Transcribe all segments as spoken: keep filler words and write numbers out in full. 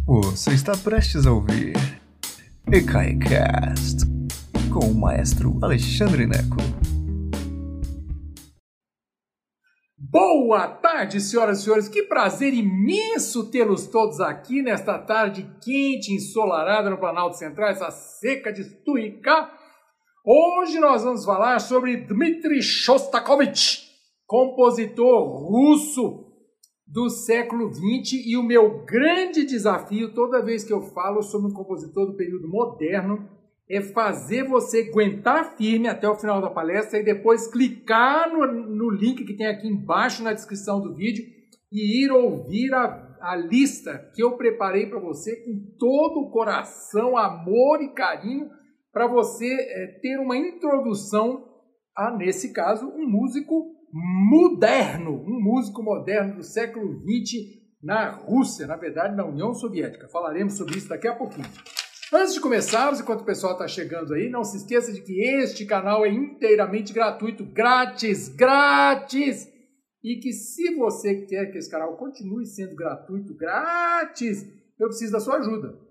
Você está prestes a ouvir EKAICast com o maestro Alexandre Neco. Boa tarde, senhoras e senhores. Que prazer imenso tê-los todos aqui nesta tarde quente, ensolarada no Planalto Central, essa seca de Stuika. Hoje nós vamos falar sobre Dmitri Shostakovich, compositor russo do século vinte, e o meu grande desafio toda vez que eu falo sobre um compositor do período moderno é fazer você aguentar firme até o final da palestra e depois clicar no, no link que tem aqui embaixo na descrição do vídeo e ir ouvir a, a lista que eu preparei para você com todo o coração, amor e carinho, para você é, ter uma introdução a, nesse caso, um músico moderno, um músico moderno do século vinte na Rússia, na verdade na União Soviética. Falaremos sobre isso daqui a pouquinho. Antes de começarmos, enquanto o pessoal está chegando aí, não se esqueça de que este canal é inteiramente gratuito, grátis, grátis! E que se você quer que esse canal continue sendo gratuito, grátis, eu preciso da sua ajuda.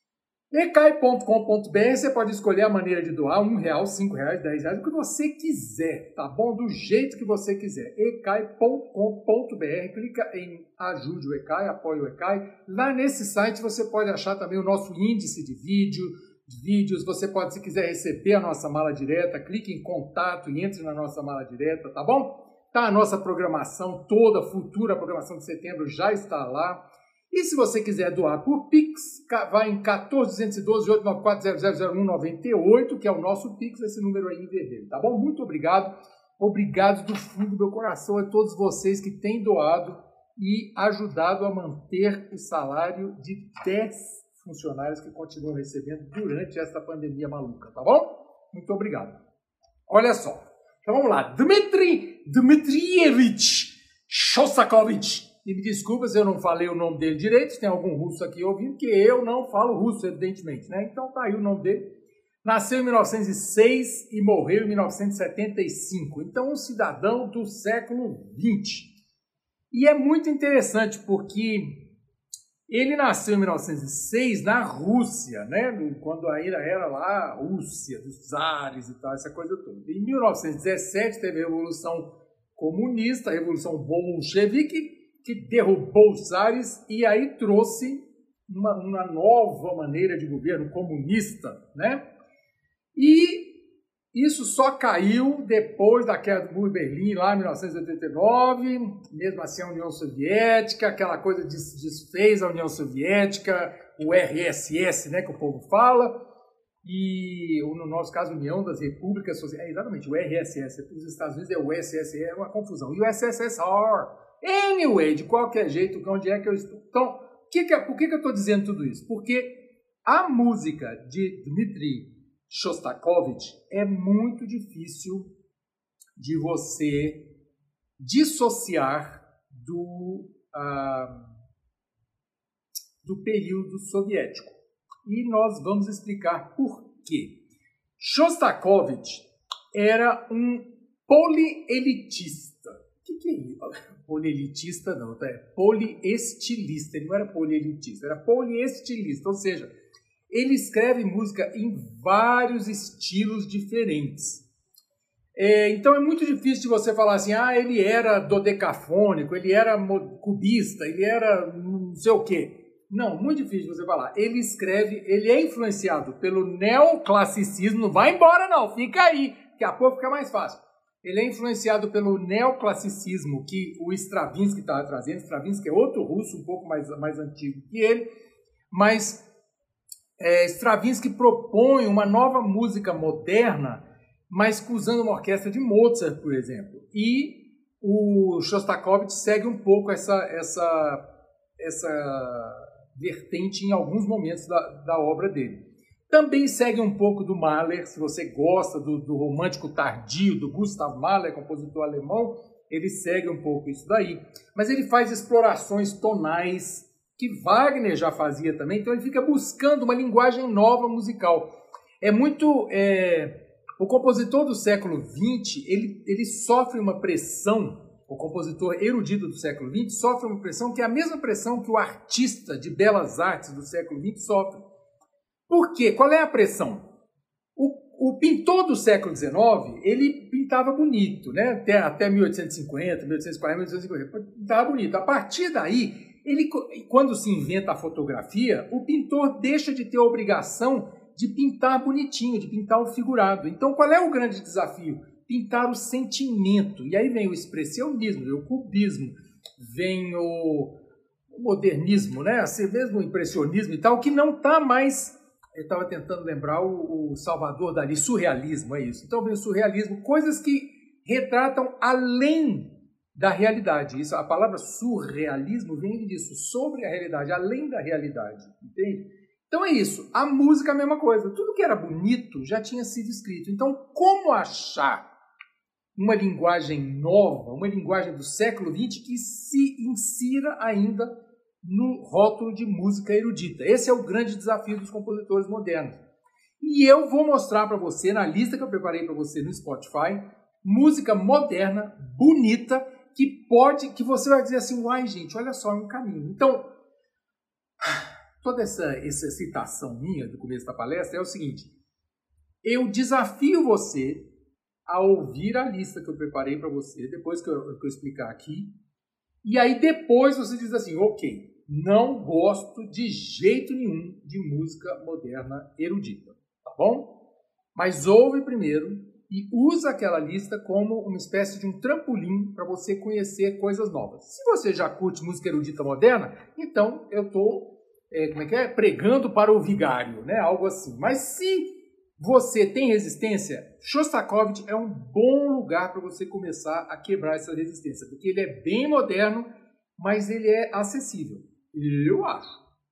ecai ponto com ponto br, você pode escolher a maneira de doar, um real, cinco reais, dez reais, o que você quiser, tá bom? Do jeito que você quiser. ecai ponto com ponto br, clica em Ajude o EKAI, apoie o EKAI. Lá nesse site você pode achar também o nosso índice de vídeo, vídeos, você pode, se quiser receber a nossa mala direta, clique em contato e entre na nossa mala direta, tá bom? Tá a nossa programação toda, futura programação de setembro já está lá. E se você quiser doar por Pix, vai em um quatro dois um dois, oito nove quatro, zero zero zero um nove oito, que é o nosso Pix, esse número aí em vermelho, tá bom? Muito obrigado. Obrigado do fundo do meu coração a todos vocês que têm doado e ajudado a manter o salário de dez funcionários que continuam recebendo durante esta pandemia maluca, tá bom? Muito obrigado. Olha só. Então vamos lá. Dmitri Dmitrievich Shostakovich. E me desculpa se eu não falei o nome dele direito, se tem algum russo aqui ouvindo, que eu não falo russo, evidentemente, né? Então tá aí o nome dele. Nasceu em mil novecentos e seis e morreu em mil novecentos e setenta e cinco. Então, um cidadão do século vinte. E é muito interessante porque ele nasceu em mil novecentos e seis na Rússia, né? Quando ainda era lá a Rússia, dos czares e tal, essa coisa toda. Em mil novecentos e dezessete teve a Revolução Comunista, a Revolução Bolchevique, que derrubou os czares e aí trouxe uma, uma nova maneira de governo comunista, né? E isso só caiu depois da queda do Muro de Berlim, lá em mil novecentos e oitenta e nove, mesmo assim a União Soviética, aquela coisa des, desfez a União Soviética, o R S S, né, que o povo fala, e no nosso caso, União das Repúblicas Sociais, é exatamente, o R S S, os Estados Unidos é o S S R, é uma confusão, e o S S S R. Anyway, de qualquer jeito, onde é que eu estou? Então, que que, por que, que eu estou dizendo tudo isso? Porque a música de Dmitri Shostakovich é muito difícil de você dissociar do, ah, do período soviético. E nós vamos explicar por quê. Shostakovich era um polielitista. O que, que é isso? Polielitista não, tá? É poliestilista. Ele não era polielitista, era poliestilista. Ou seja, ele escreve música em vários estilos diferentes. É, então é muito difícil de você falar assim, ah, ele era dodecafônico, ele era cubista, ele era não sei o quê. Não, muito difícil de você falar. Ele escreve, ele é influenciado pelo neoclassicismo. Não vai embora não, fica aí, daqui a pouco fica mais fácil. Ele é influenciado pelo neoclassicismo que o Stravinsky estava trazendo. Stravinsky é outro russo, um pouco mais, mais antigo que ele, mas é, Stravinsky propõe uma nova música moderna, mas usando uma orquestra de Mozart, por exemplo. E o Shostakovich segue um pouco essa, essa, essa vertente em alguns momentos da, da obra dele. Também segue um pouco do Mahler, se você gosta do, do romântico tardio, do Gustav Mahler, compositor alemão, ele segue um pouco isso daí. Mas ele faz explorações tonais, que Wagner já fazia também, então ele fica buscando uma linguagem nova musical. É muito... É, o compositor do século vinte, ele, ele sofre uma pressão o compositor erudito do século vinte, sofre uma pressão que é a mesma pressão que o artista de belas artes do século vinte sofre. Por quê? Qual é a pressão? O, o pintor do século dezenove, ele pintava bonito, né? Até, até mil oitocentos e cinquenta, mil oitocentos e quarenta, mil oitocentos e cinquenta, pintava bonito. A partir daí, ele, quando se inventa a fotografia, o pintor deixa de ter a obrigação de pintar bonitinho, de pintar o figurado. Então, qual é o grande desafio? Pintar o sentimento. E aí vem o expressionismo, vem o cubismo, vem o modernismo, né? Assim mesmo o impressionismo e tal, que não está mais... Eu estava tentando lembrar o, o Salvador Dalí, surrealismo, é isso. Então vem o surrealismo, coisas que retratam além da realidade. Isso, a palavra surrealismo vem disso, sobre a realidade, além da realidade, entende? Então é isso, a música é a mesma coisa. Tudo que era bonito já tinha sido escrito. Então como achar uma linguagem nova, uma linguagem do século vinte que se insira ainda no rótulo de música erudita? Esse é o grande desafio dos compositores modernos. E eu vou mostrar para você, na lista que eu preparei para você no Spotify, música moderna, bonita, que pode, que você vai dizer assim, uai gente, olha só, é um caminho. Então, toda essa, essa citação minha do começo da palestra é o seguinte, eu desafio você a ouvir a lista que eu preparei para você, depois que eu, que eu explicar aqui, e aí depois você diz assim, ok, não gosto de jeito nenhum de música moderna erudita, tá bom? Mas ouve primeiro e usa aquela lista como uma espécie de um trampolim para você conhecer coisas novas. Se você já curte música erudita moderna, então eu estou, é, como é que é? Pregando para o vigário, né? Algo assim. Mas se você tem resistência, Shostakovich é um bom lugar para você começar a quebrar essa resistência, porque ele é bem moderno, mas ele é acessível. Eu acho.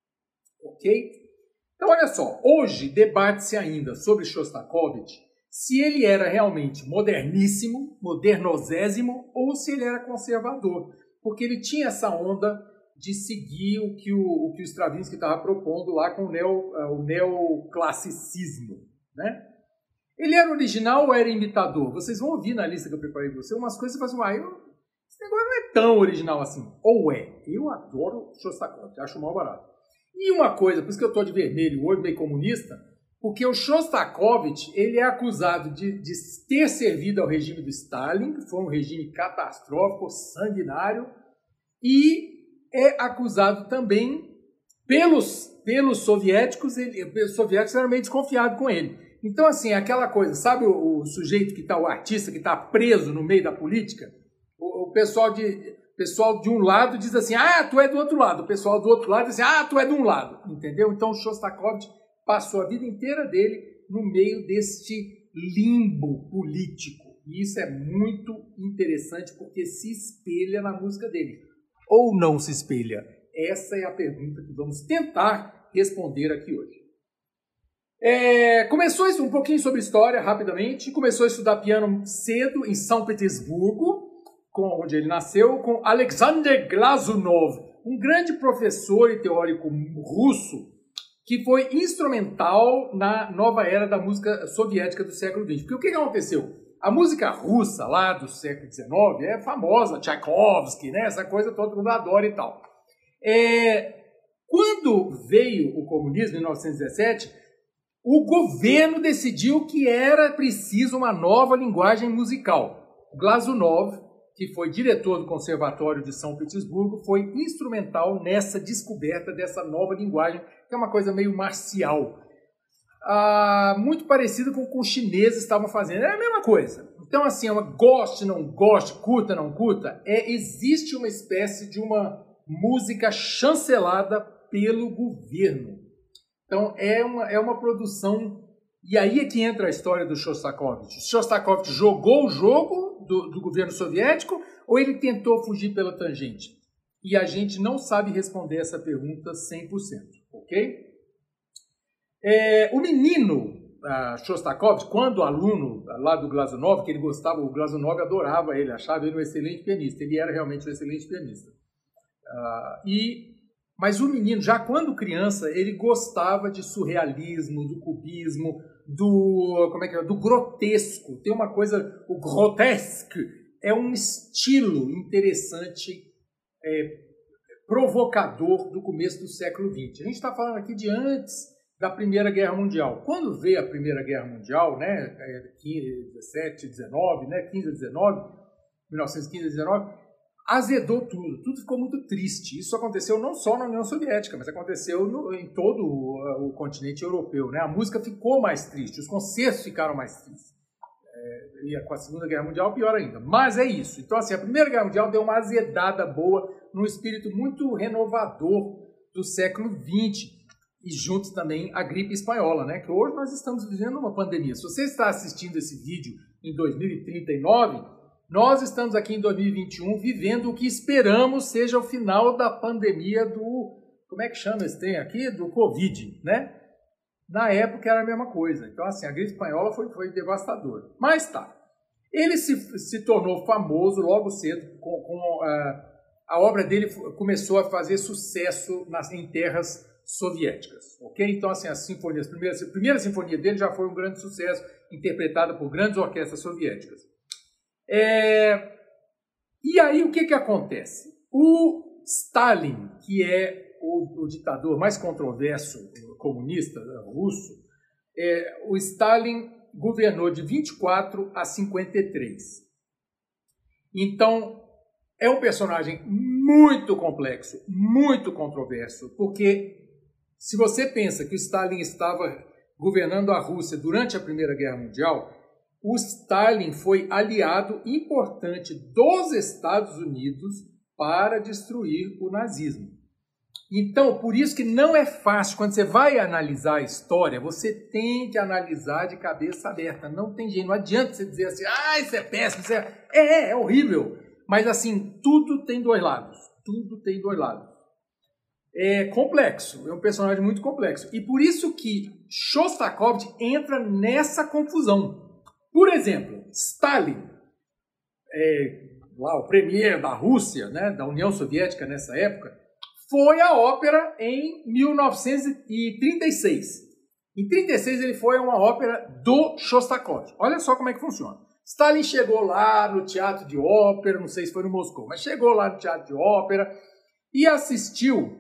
Ok? Então, olha só. Hoje debate-se ainda sobre Shostakovich se ele era realmente moderníssimo, modernosésimo, ou se ele era conservador. Porque ele tinha essa onda de seguir o que o, o, que o Stravinsky estava propondo lá com o, neo, o neoclassicismo. Né? Ele era original ou era imitador? Vocês vão ouvir na lista que eu preparei para você umas coisas e falam assim, ah, eu, esse negócio não é tão original assim. Ou é. Eu adoro Shostakovich, acho mal barato. E uma coisa, por isso que eu estou de vermelho hoje, meio comunista, porque o Shostakovich ele é acusado de, de ter servido ao regime do Stalin, que foi um regime catastrófico, sanguinário, e é acusado também pelos, pelos soviéticos, ele, os soviéticos eram meio desconfiados com ele. Então, assim, aquela coisa, sabe o, o sujeito que está, o artista que está preso no meio da política? O, o pessoal, de, pessoal de um lado diz assim, ah, tu é do outro lado. O pessoal do outro lado diz assim, ah, tu é de um lado. Entendeu? Então, o Shostakovich passou a vida inteira dele no meio deste limbo político. E isso é muito interessante porque se espelha na música dele. Ou não se espelha? Essa é a pergunta que vamos tentar responder aqui hoje. É, começou um pouquinho sobre história, rapidamente. Começou a estudar piano cedo em São Petersburgo, com, onde ele nasceu, com Alexander Glazunov, um grande professor e teórico russo que foi instrumental na nova era da música soviética do século vinte. Porque o que aconteceu? A música russa lá do século dezenove é famosa, Tchaikovsky, né? Essa coisa todo mundo adora e tal. É, quando veio o comunismo, em mil novecentos e dezessete, o governo decidiu que era preciso uma nova linguagem musical. Glazunov, que foi diretor do Conservatório de São Petersburgo, foi instrumental nessa descoberta dessa nova linguagem, que é uma coisa meio marcial. Ah, muito parecido com o que os chineses estavam fazendo. É a mesma coisa. Então, assim, é uma goste, não goste, curta, não curta, é, existe uma espécie de uma música chancelada pelo governo. Então, é uma, é uma produção... E aí é que entra a história do Shostakovich. Shostakovich jogou o jogo do, do governo soviético ou ele tentou fugir pela tangente? E a gente não sabe responder essa pergunta cem por cento, ok? É, o menino uh, Shostakovich, quando aluno lá do Glazunov, que ele gostava, o Glazunov adorava ele, achava ele um excelente pianista. Ele era realmente um excelente pianista. Uh, e... Mas o menino, já quando criança, ele gostava de surrealismo, do cubismo, do, como é que é, do grotesco. Tem uma coisa, o grotesque é um estilo interessante, é, provocador do começo do século vinte. A gente está falando aqui de antes da Primeira Guerra Mundial. Quando veio a Primeira Guerra Mundial, né, quinze, dezessete, dezenove, né, quinze a dezenove, mil novecentos e quinze a dezenove, azedou tudo, tudo ficou muito triste. Isso aconteceu não só na União Soviética, mas aconteceu no, em todo o, o continente europeu, né? A música ficou mais triste, os concertos ficaram mais tristes. É, e com a Segunda Guerra Mundial, pior ainda. Mas é isso. Então, assim, a Primeira Guerra Mundial deu uma azedada boa num espírito muito renovador do século vinte. E junto também a gripe espanhola, né? Que hoje nós estamos vivendo uma pandemia. Se você está assistindo esse vídeo em dois mil e trinta e nove, nós estamos aqui em dois mil e vinte e um vivendo o que esperamos seja o final da pandemia do... Como é que chama esse trem aqui? Do Covid, né? Na época era a mesma coisa. Então, assim, a gripe espanhola foi, foi devastadora. Mas tá. Ele se, se tornou famoso logo cedo. Com, com, a, a obra dele começou a fazer sucesso nas, em terras soviéticas, ok? Então, assim, as sinfonias, a primeira, a primeira sinfonia dele já foi um grande sucesso, interpretada por grandes orquestras soviéticas. É... E aí, o que que acontece? O Stalin, que é o, o ditador mais controverso comunista russo, é, o Stalin governou de vinte e quatro a cinquenta e três. Então, é um personagem muito complexo, muito controverso, porque se você pensa que o Stalin estava governando a Rússia durante a Primeira Guerra Mundial, o Stalin foi aliado importante dos Estados Unidos para destruir o nazismo. Então, por isso que não é fácil, quando você vai analisar a história, você tem que analisar de cabeça aberta. Não tem jeito, não adianta você dizer assim, ah, isso é péssimo, isso é... É, é horrível. Mas assim, tudo tem dois lados. Tudo tem dois lados. É complexo, é um personagem muito complexo. E por isso que Shostakovich entra nessa confusão. Por exemplo, Stalin, é, lá, o premier da Rússia, né, da União Soviética nessa época, foi à ópera em mil novecentos e trinta e seis. Em trinta e seis ele foi a uma ópera do Shostakovich. Olha só como é que funciona. Stalin chegou lá no teatro de ópera, não sei se foi no Moscou, mas chegou lá no teatro de ópera e assistiu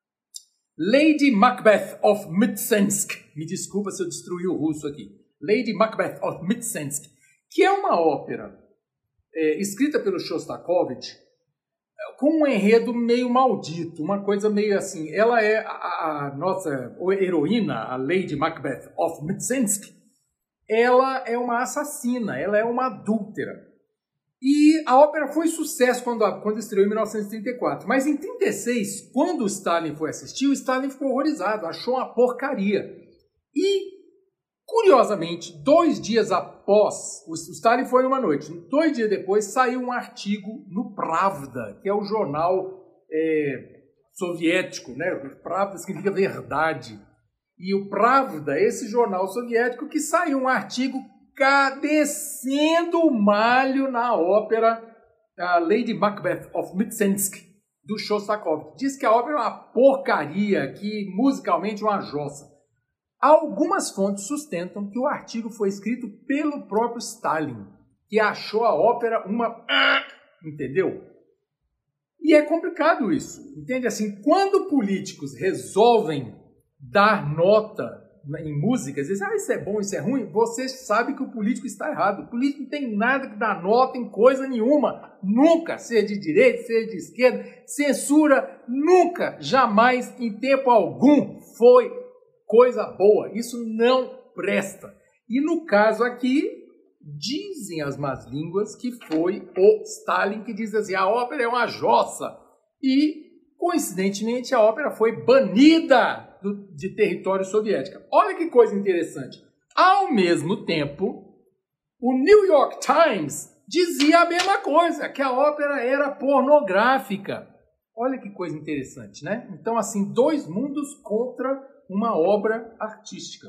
Lady Macbeth of Mtsensk. Me desculpa se eu destruí o russo aqui. Lady Macbeth of Mtsensk, que é uma ópera é, escrita pelo Shostakovich com um enredo meio maldito, uma coisa meio assim. Ela é a, a nossa heroína, a Lady Macbeth of Mtsensk. Ela é uma assassina, ela é uma adúltera. E a ópera foi sucesso quando, quando estreou em mil novecentos e trinta e quatro. Mas em trinta e seis, quando o Stalin foi assistir, o Stalin ficou horrorizado, achou uma porcaria. E, curiosamente, dois dias após, o Stalin foi numa noite, dois dias depois saiu um artigo no Pravda, que é o jornal é, soviético, né? Pravda significa verdade. E o Pravda, esse jornal soviético, que saiu um artigo descendo o malho na ópera a Lady Macbeth of Mtsensk, do Shostakovich. Diz que a ópera é uma porcaria, que musicalmente é uma jossa. Algumas fontes sustentam que o artigo foi escrito pelo próprio Stalin, que achou a ópera uma... Entendeu? E é complicado isso, entende? Assim, quando políticos resolvem dar nota em músicas, dizem, ah, isso é bom, isso é ruim, você sabe que o político está errado. O político não tem nada que dar nota em coisa nenhuma. Nunca, seja de direita, seja de esquerda, censura nunca, jamais, em tempo algum, foi coisa boa. Isso não presta. E no caso aqui, dizem as más línguas que foi o Stalin que diz assim, a ópera é uma jossa. E, coincidentemente, a ópera foi banida do, de território soviético. Olha que coisa interessante. Ao mesmo tempo, o New York Times dizia a mesma coisa, que a ópera era pornográfica. Olha que coisa interessante, né? Então, assim, dois mundos contra uma obra artística.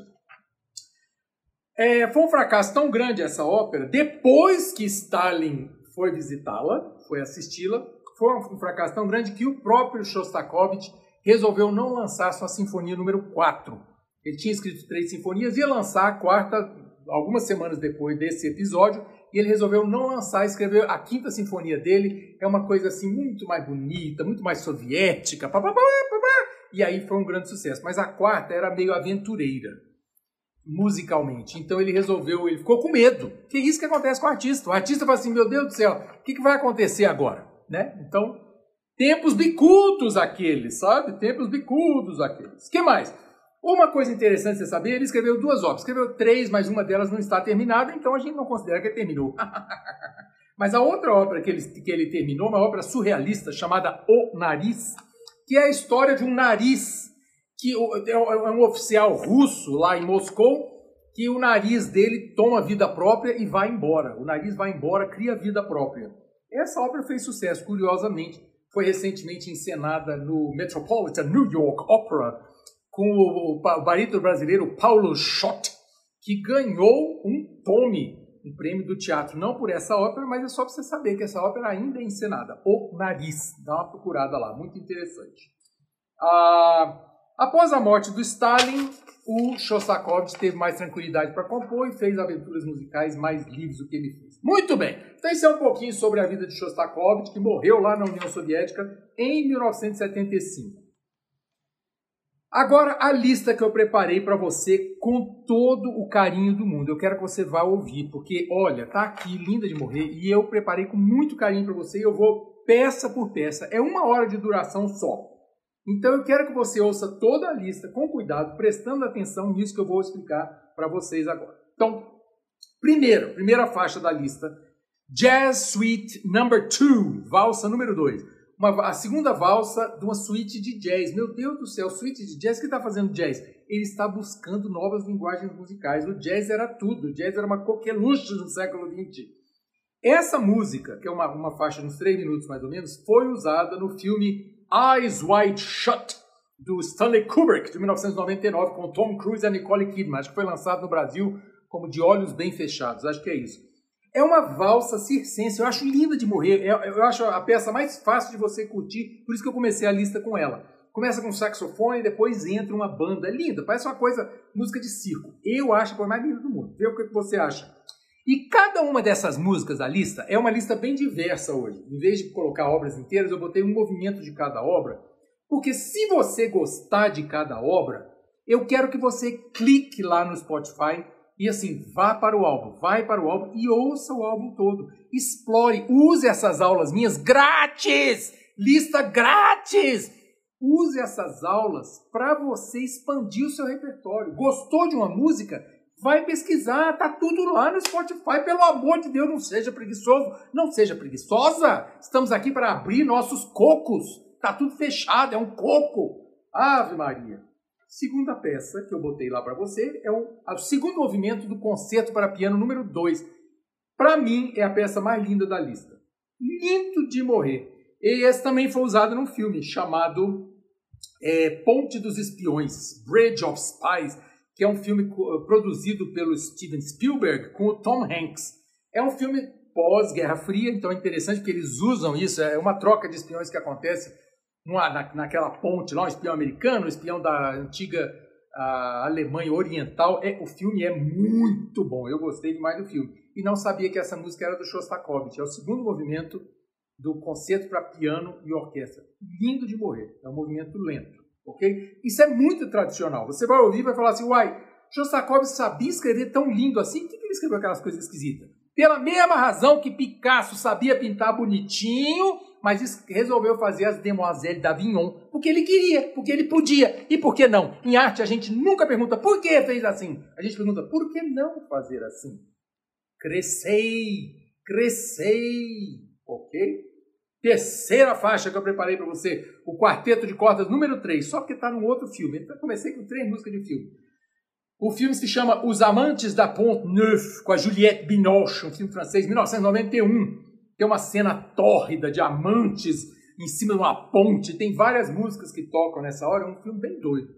É, foi um fracasso tão grande essa ópera, depois que Stalin foi visitá-la, foi assisti-la, foi um fracasso tão grande que o próprio Shostakovich resolveu não lançar sua sinfonia número quatro. Ele tinha escrito três sinfonias, ia lançar a quarta algumas semanas depois desse episódio, e ele resolveu não lançar, escreveu a quinta sinfonia dele, é uma coisa assim muito mais bonita, muito mais soviética, pá, pá, pá, pá, pá, e aí foi um grande sucesso. Mas a quarta era meio aventureira, musicalmente. Então ele resolveu, ele ficou com medo. Que é isso que acontece com o artista. O artista fala assim, meu Deus do céu, o que, que vai acontecer agora? Né? Então, tempos bicudos aqueles, sabe? Tempos bicudos aqueles. O que mais? Uma coisa interessante você saber, ele escreveu duas obras. Escreveu três, mas uma delas não está terminada, então a gente não considera que ele terminou. Mas a outra obra que ele, que ele terminou, uma obra surrealista chamada O Nariz, que é a história de um nariz, que é um oficial russo lá em Moscou, que o nariz dele toma vida própria e vai embora. O nariz vai embora, cria vida própria. Essa obra fez sucesso, curiosamente. Foi recentemente encenada no Metropolitan New York Opera, com o barítono brasileiro Paulo Schott, que ganhou um Tony, um prêmio do teatro, não por essa ópera, mas é só para você saber que essa ópera ainda é encenada. O Nariz, dá uma procurada lá, muito interessante. Ah, após a morte do Stalin, o Shostakovich teve mais tranquilidade para compor e fez aventuras musicais mais livres do que ele fez. Muito bem, então isso é um pouquinho sobre a vida de Shostakovich, que morreu lá na União Soviética em mil novecentos e setenta e cinco. Agora, a lista que eu preparei para você com todo o carinho do mundo. Eu quero que você vá ouvir, porque, olha, tá aqui, linda de morrer, e eu preparei com muito carinho para você, e eu vou peça por peça. É uma hora de duração só. Então, eu quero que você ouça toda a lista com cuidado, prestando atenção nisso que eu vou explicar para vocês agora. Então, primeiro, primeira faixa da lista, Jazz Suite Number dois, valsa número dois. Uma, a segunda valsa de uma suíte de jazz. Meu Deus do céu, suíte de jazz, o que está fazendo jazz? Ele está buscando novas linguagens musicais. O jazz era tudo, o jazz era uma coqueluche no século vinte. Essa música, que é uma, uma faixa de uns três minutos mais ou menos, foi usada no filme Eyes Wide Shut, do Stanley Kubrick, de mil novecentos e noventa e nove, com Tom Cruise e Nicole Kidman. Acho que foi lançado no Brasil como De Olhos Bem Fechados, acho que é isso. É uma valsa circense, eu acho linda de morrer, eu acho a peça mais fácil de você curtir, por isso que eu comecei a lista com ela. Começa com saxofone e depois entra uma banda, é linda, parece uma coisa, música de circo. Eu acho a coisa mais linda do mundo, vê o que você acha. E cada uma dessas músicas da lista é uma lista bem diversa hoje. Em vez de colocar obras inteiras, eu botei um movimento de cada obra, porque se você gostar de cada obra, eu quero que você clique lá no Spotify e assim, vá para o álbum, vai para o álbum e ouça o álbum todo. Explore, use essas aulas minhas grátis, lista grátis. Use essas aulas para você expandir o seu repertório. Gostou de uma música? Vai pesquisar, tá tudo lá no Spotify. Pelo amor de Deus, não seja preguiçoso, não seja preguiçosa. Estamos aqui para abrir nossos cocos. Tá tudo fechado, é um coco. Ave Maria. Segunda peça que eu botei lá para você é o, o segundo movimento do Concerto para Piano número dois. Para mim, é a peça mais linda da lista. Lindo de morrer. E esse também foi usado num filme chamado é, Ponte dos Espiões, Bridge of Spies, que é um filme produzido pelo Steven Spielberg com o Tom Hanks. É um filme pós-Guerra Fria, então é interessante porque eles usam isso, é uma troca de espiões que acontece numa, na, naquela ponte lá, um espião americano, um espião da antiga a Alemanha Oriental. É, o filme é muito bom, eu gostei demais do filme. E não sabia que essa música era do Shostakovich, é o segundo movimento do Concerto para Piano e Orquestra. Lindo de morrer, é um movimento lento, ok? Isso é muito tradicional. Você vai ouvir e vai falar assim, uai, Shostakovich sabia escrever tão lindo assim? Por que ele escreveu aquelas coisas esquisitas? Pela mesma razão que Picasso sabia pintar bonitinho, mas resolveu fazer as Demoiselles d'Avignon, porque ele queria, porque ele podia. E por que não? Em arte a gente nunca pergunta por que fez assim. A gente pergunta por que não fazer assim? Crescei, crescei, ok? Terceira faixa que eu preparei para você, o Quarteto de Cordas número três, só porque está num outro filme. Então, comecei com três músicas de filme. O filme se chama Os Amantes da Pont Neuf, com a Juliette Binoche, um filme francês, mil novecentos e noventa e um. Tem uma cena tórrida de amantes em cima de uma ponte. Tem várias músicas que tocam nessa hora. É um filme bem doido.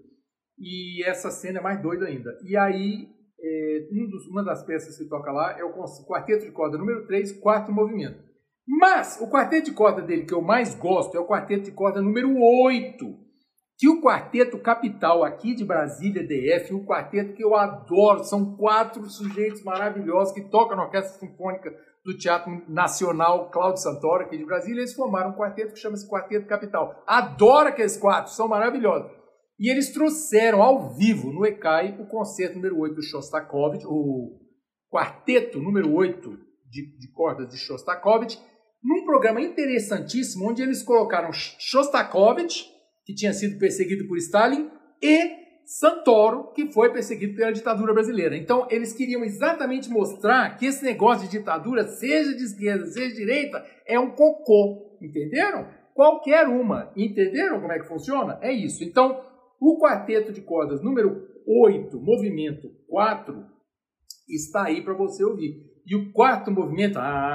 E essa cena é mais doida ainda. E aí, é, um dos, uma das peças que toca lá é o Quarteto de Corda número três, quarto movimento. Mas o quarteto de corda dele que eu mais gosto é o quarteto de corda número oito, que o quarteto capital aqui de Brasília, D F, o quarteto que eu adoro, são quatro sujeitos maravilhosos que tocam na Orquestra Sinfônica do Teatro Nacional Cláudio Santoro, aqui de Brasília. Eles formaram um quarteto que chama-se Quarteto Capital. Adoro aqueles quatro, são maravilhosos. E eles trouxeram ao vivo, no ECAI, o concerto número oito do Shostakovich, o quarteto número oito de, de cordas de Shostakovich, num programa interessantíssimo, onde eles colocaram Shostakovich, que tinha sido perseguido por Stalin, e Santoro, que foi perseguido pela ditadura brasileira. Então, eles queriam exatamente mostrar que esse negócio de ditadura, seja de esquerda, seja de direita, é um cocô. Entenderam? Qualquer uma. Entenderam como é que funciona? É isso. Então, o quarteto de cordas número oito, movimento quatro, está aí para você ouvir. E o quarto movimento...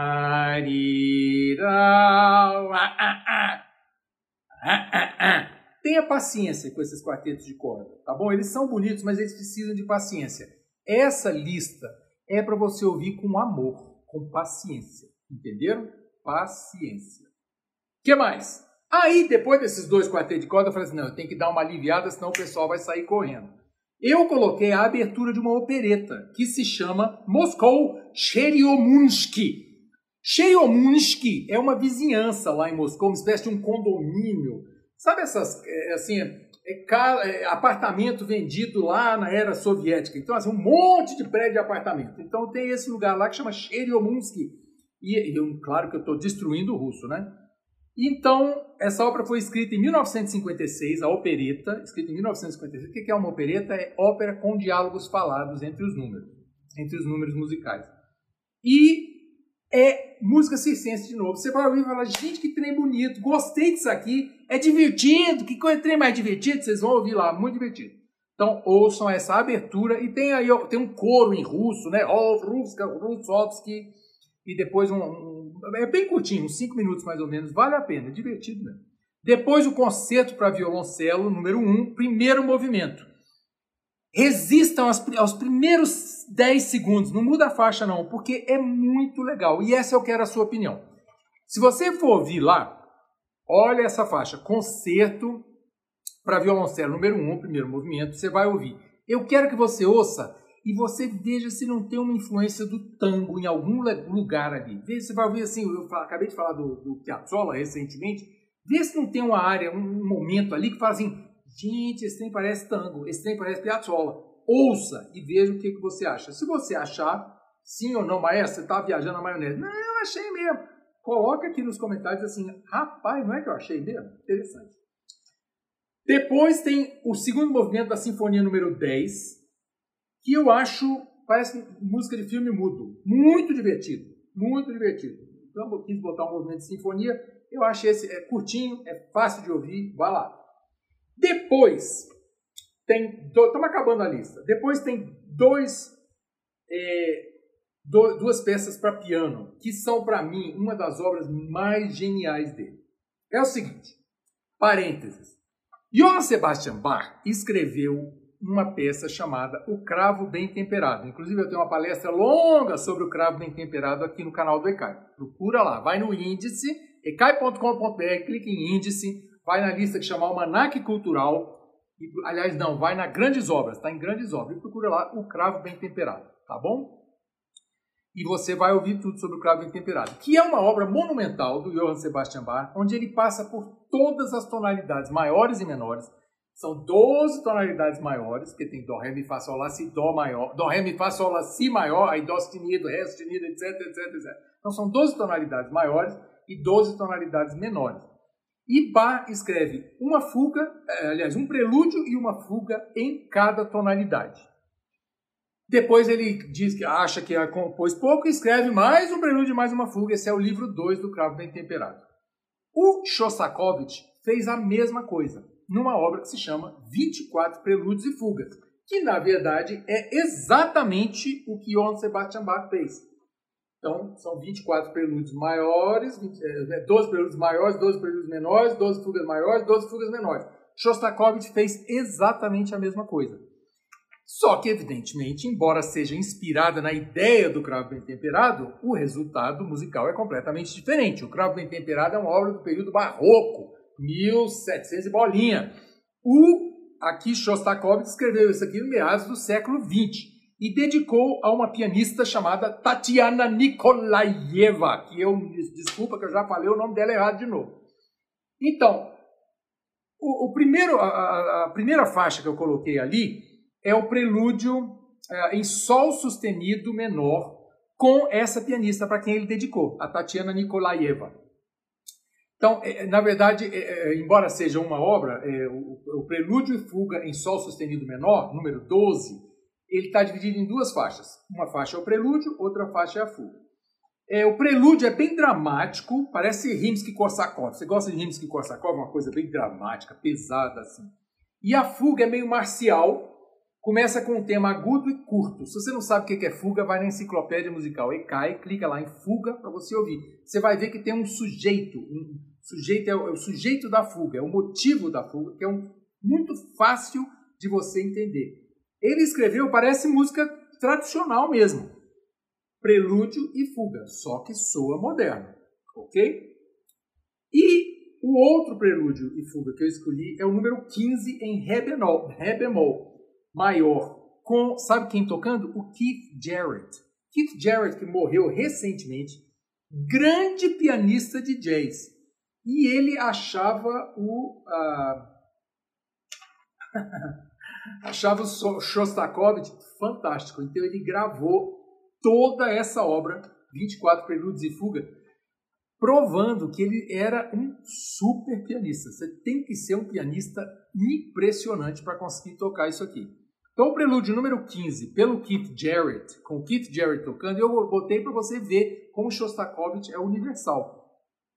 Tenha paciência com esses quartetos de corda, tá bom? Eles são bonitos, mas eles precisam de paciência. Essa lista é para você ouvir com amor, com paciência. Entenderam? Paciência. O que mais? Aí, depois desses dois quartetos de corda, eu falei assim, não, eu tenho que dar uma aliviada, senão o pessoal vai sair correndo. Eu coloquei a abertura de uma opereta, que se chama Moscou Cheryomunsky. Cheryomunsky é uma vizinhança lá em Moscou, uma espécie de um condomínio. Sabe essas, assim, é, é, apartamento vendido lá na era soviética? Então, assim, um monte de prédio de apartamento. Então, tem esse lugar lá que chama Cheryomunsky. E, eu, claro que eu estou destruindo o russo, né? Então, essa ópera foi escrita em mil novecentos e cinquenta e seis, a opereta, escrita em mil novecentos e cinquenta e seis. O que é uma opereta? É ópera com diálogos falados entre os números, entre os números musicais. E é música circense de novo. Você vai ouvir e falar, gente, que trem bonito, gostei disso aqui, é divertido, que coisa trem mais divertido, vocês vão ouvir lá, muito divertido. Então, ouçam essa abertura, e tem aí tem um coro em russo, né? Oh, Ruska, Russovsky, e depois um, um... é bem curtinho, uns cinco minutos mais ou menos, vale a pena, é divertido mesmo. Depois o concerto para violoncelo, número um, primeiro movimento. Resistam aos, aos primeiros dez segundos, não muda a faixa não, porque é muito legal, e essa eu quero a sua opinião. Se você for ouvir lá, olha essa faixa, concerto para violoncelo, número um, primeiro movimento, você vai ouvir. Eu quero que você ouça e você veja se não tem uma influência do tango em algum lugar ali. Veja, você vai ouvir assim, eu acabei de falar do, do Piazzolla recentemente, vê se não tem uma área, um momento ali que fala assim, gente, esse trem parece tango, esse trem parece Piazzolla. Ouça e veja o que, que você acha. Se você achar, sim ou não, maestro, você está viajando na maionese. Não, eu achei mesmo. Coloca aqui nos comentários assim, rapaz, não é que eu achei mesmo? Interessante. Depois tem o segundo movimento da Sinfonia número dez, que eu acho, parece música de filme mudo. Muito divertido, muito divertido. Então eu quis botar um movimento de sinfonia, eu acho esse é curtinho, é fácil de ouvir, vai lá. Depois tem, estamos acabando a lista, depois tem dois, é, do, duas peças para piano, que são para mim uma das obras mais geniais dele. É o seguinte, parênteses, Johann Sebastian Bach escreveu uma peça chamada O Cravo Bem Temperado. Inclusive eu tenho uma palestra longa sobre o cravo bem temperado aqui no canal do ECAI. Procura lá, vai no índice, ecai ponto com ponto br, clica em índice, vai na lista que chama Almanaque Cultural, e, aliás não, vai na Grandes Obras, está em Grandes Obras, e procura lá O Cravo Bem Temperado, tá bom? E você vai ouvir tudo sobre O Cravo Bem Temperado, que é uma obra monumental do Johann Sebastian Bach, onde ele passa por todas as tonalidades maiores e menores. São doze tonalidades maiores, porque tem Dó, Ré, Mi, Fá, Sol, Lá, Si, Dó maior, Dó, Ré, Mi, Fá, Sol, Lá, Si maior, aí Dó sustenido, Ré sustenido, etc, etc, etcétera. Então são doze tonalidades maiores e doze tonalidades menores. E Bach escreve uma fuga, aliás, um prelúdio e uma fuga em cada tonalidade. Depois ele diz que acha que compôs pouco e escreve mais um prelúdio e mais uma fuga. Esse é o livro dois do Cravo Bem Temperado. O Shostakovich fez a mesma coisa, numa obra que se chama vinte e quatro Prelúdios e Fugas, que na verdade é exatamente o que Johann Sebastian Bach fez. Então, são vinte e quatro prelúdios maiores, doze prelúdios maiores, doze prelúdios menores, doze fugas maiores, doze fugas menores. Shostakovich fez exatamente a mesma coisa. Só que, evidentemente, embora seja inspirada na ideia do Cravo Bem Temperado, o resultado musical é completamente diferente. O Cravo Bem Temperado é uma obra do período barroco, mil e setecentos e bolinha. O, aqui, Shostakovich escreveu isso aqui no meados do século vinte. e dedicou a uma pianista chamada Tatiana Nikolaeva, que eu, desculpa que eu já falei o nome dela errado de novo. Então, o, o primeiro, a, a primeira faixa que eu coloquei ali é o prelúdio é, em sol sustenido menor com essa pianista para quem ele dedicou, a Tatiana Nikolaeva. Então, é, na verdade, é, embora seja uma obra, é, o, o prelúdio e fuga em sol sustenido menor, número doze, ele está dividido em duas faixas. Uma faixa é o prelúdio, outra faixa é a fuga. É, o prelúdio é bem dramático, parece Rimsky-Korsakov. Você gosta de Rimsky-Korsakov? Uma coisa bem dramática, pesada assim. E a fuga é meio marcial, começa com um tema agudo e curto. Se você não sabe o que é fuga, vai na enciclopédia musical E C A I, clica lá em fuga para você ouvir. Você vai ver que tem um sujeito, um sujeito é o, é o sujeito da fuga, é o motivo da fuga, que é um, muito fácil de você entender. Ele escreveu, parece música tradicional mesmo. Prelúdio e fuga, só que soa moderno, ok? E o outro prelúdio e fuga que eu escolhi é o número quinze em Ré bemol, Ré bemol maior, com, sabe quem tocando? O Keith Jarrett. Keith Jarrett, que morreu recentemente, grande pianista de jazz. E ele achava o... Uh... achava o Shostakovich fantástico. Então ele gravou toda essa obra, vinte e quatro prelúdios e fuga, provando que ele era um super pianista. Você tem que ser um pianista impressionante para conseguir tocar isso aqui. Então, o prelúdio número quinze, pelo Keith Jarrett, com o Keith Jarrett tocando, eu botei para você ver como Shostakovich é universal.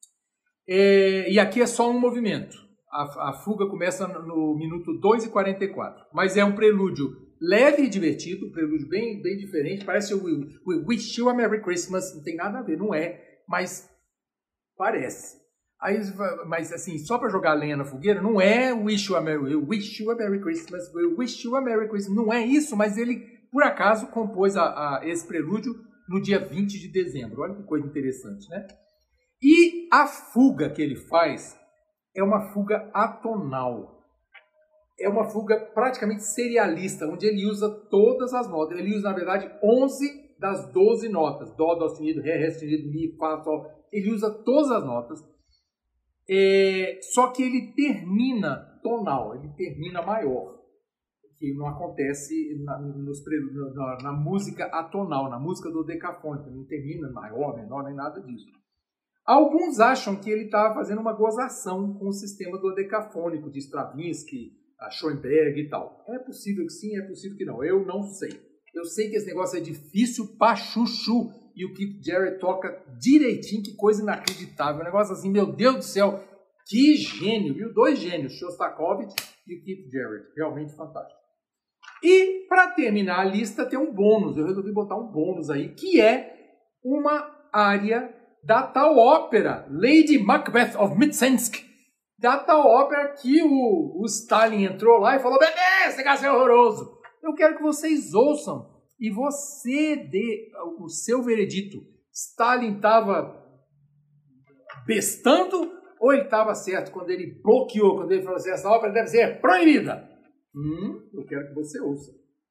É, e aqui é só um movimento. A, a fuga começa no minuto dois e quarenta e quatro, mas é um prelúdio leve e divertido, um prelúdio bem, bem diferente, parece o We, We Wish You a Merry Christmas, não tem nada a ver, não é, mas parece. Aí, mas assim, só para jogar lenha na fogueira, não é Wish You a Merry, Wish You a Merry Christmas, We Wish You a Merry Christmas, não é isso, mas ele, por acaso, compôs a, a, esse prelúdio no dia vinte de dezembro, olha que coisa interessante, né? E a fuga que ele faz é uma fuga atonal. É uma fuga praticamente serialista, onde ele usa todas as notas. Ele usa, na verdade, onze das doze notas. Dó, Dó sustenido, Ré, Ré sustenido, Mi, Fá, Sol. Ele usa todas as notas. É, só que ele termina tonal, ele termina maior. Que não acontece na, nos, na, na música atonal, na música do decafônico. Não termina maior, menor, nem nada disso. Alguns acham que ele estava fazendo uma gozação com o sistema do decafônico de Stravinsky, a Schoenberg e tal. É possível que sim, é possível que não. Eu não sei. Eu sei que esse negócio é difícil pra chuchu. E o Keith Jarrett toca direitinho, que coisa inacreditável. Um negócio assim, meu Deus do céu, que gênio, viu? Dois gênios, Shostakovich e o Keith Jarrett. Realmente fantástico. E, para terminar a lista, tem um bônus. Eu resolvi botar um bônus aí, que é uma área da tal ópera, Lady Macbeth of Mtsensk, da tal ópera que o, o Stalin entrou lá e falou: beleza, esse negócio é horroroso. Eu quero que vocês ouçam e você dê o seu veredito. Stalin estava bestando ou ele estava certo quando ele bloqueou, quando ele falou assim: essa ópera deve ser proibida? Hum, eu quero que você ouça.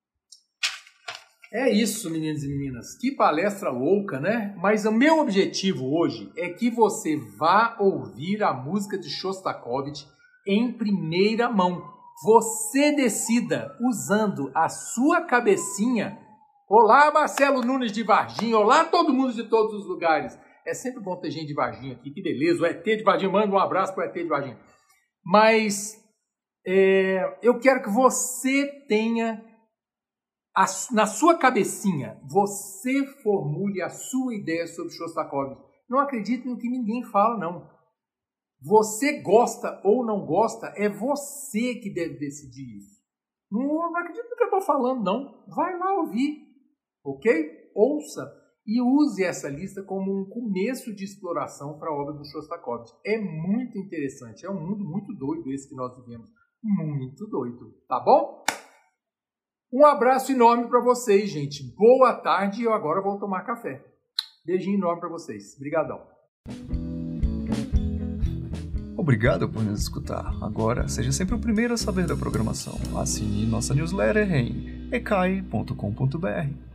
É isso, meninos e meninas. Que palestra louca, né? Mas o meu objetivo hoje é que você vá ouvir a música de Shostakovich em primeira mão. Você decida usando a sua cabecinha. Olá, Marcelo Nunes de Varginha. Olá, todo mundo de todos os lugares. É sempre bom ter gente de Varginha aqui. Que beleza. O E T de Varginha. Manda um abraço para o E T de Varginha. Mas é, eu quero que você tenha... na sua cabecinha, você formule a sua ideia sobre Shostakovich. Não acredite no que ninguém fala, não. Você gosta ou não gosta, é você que deve decidir isso. Não, não acredite no que eu estou falando, não. Vai lá ouvir, ok? Ouça e use essa lista como um começo de exploração para a obra do Shostakovich. É muito interessante, é um mundo muito doido esse que nós vivemos. Muito doido, tá bom? Um abraço enorme para vocês, gente. Boa tarde e eu agora vou tomar café. Beijinho enorme para vocês. Obrigadão. Obrigado por nos escutar. Agora, seja sempre o primeiro a saber da programação. Assine nossa newsletter em ecai ponto com ponto br.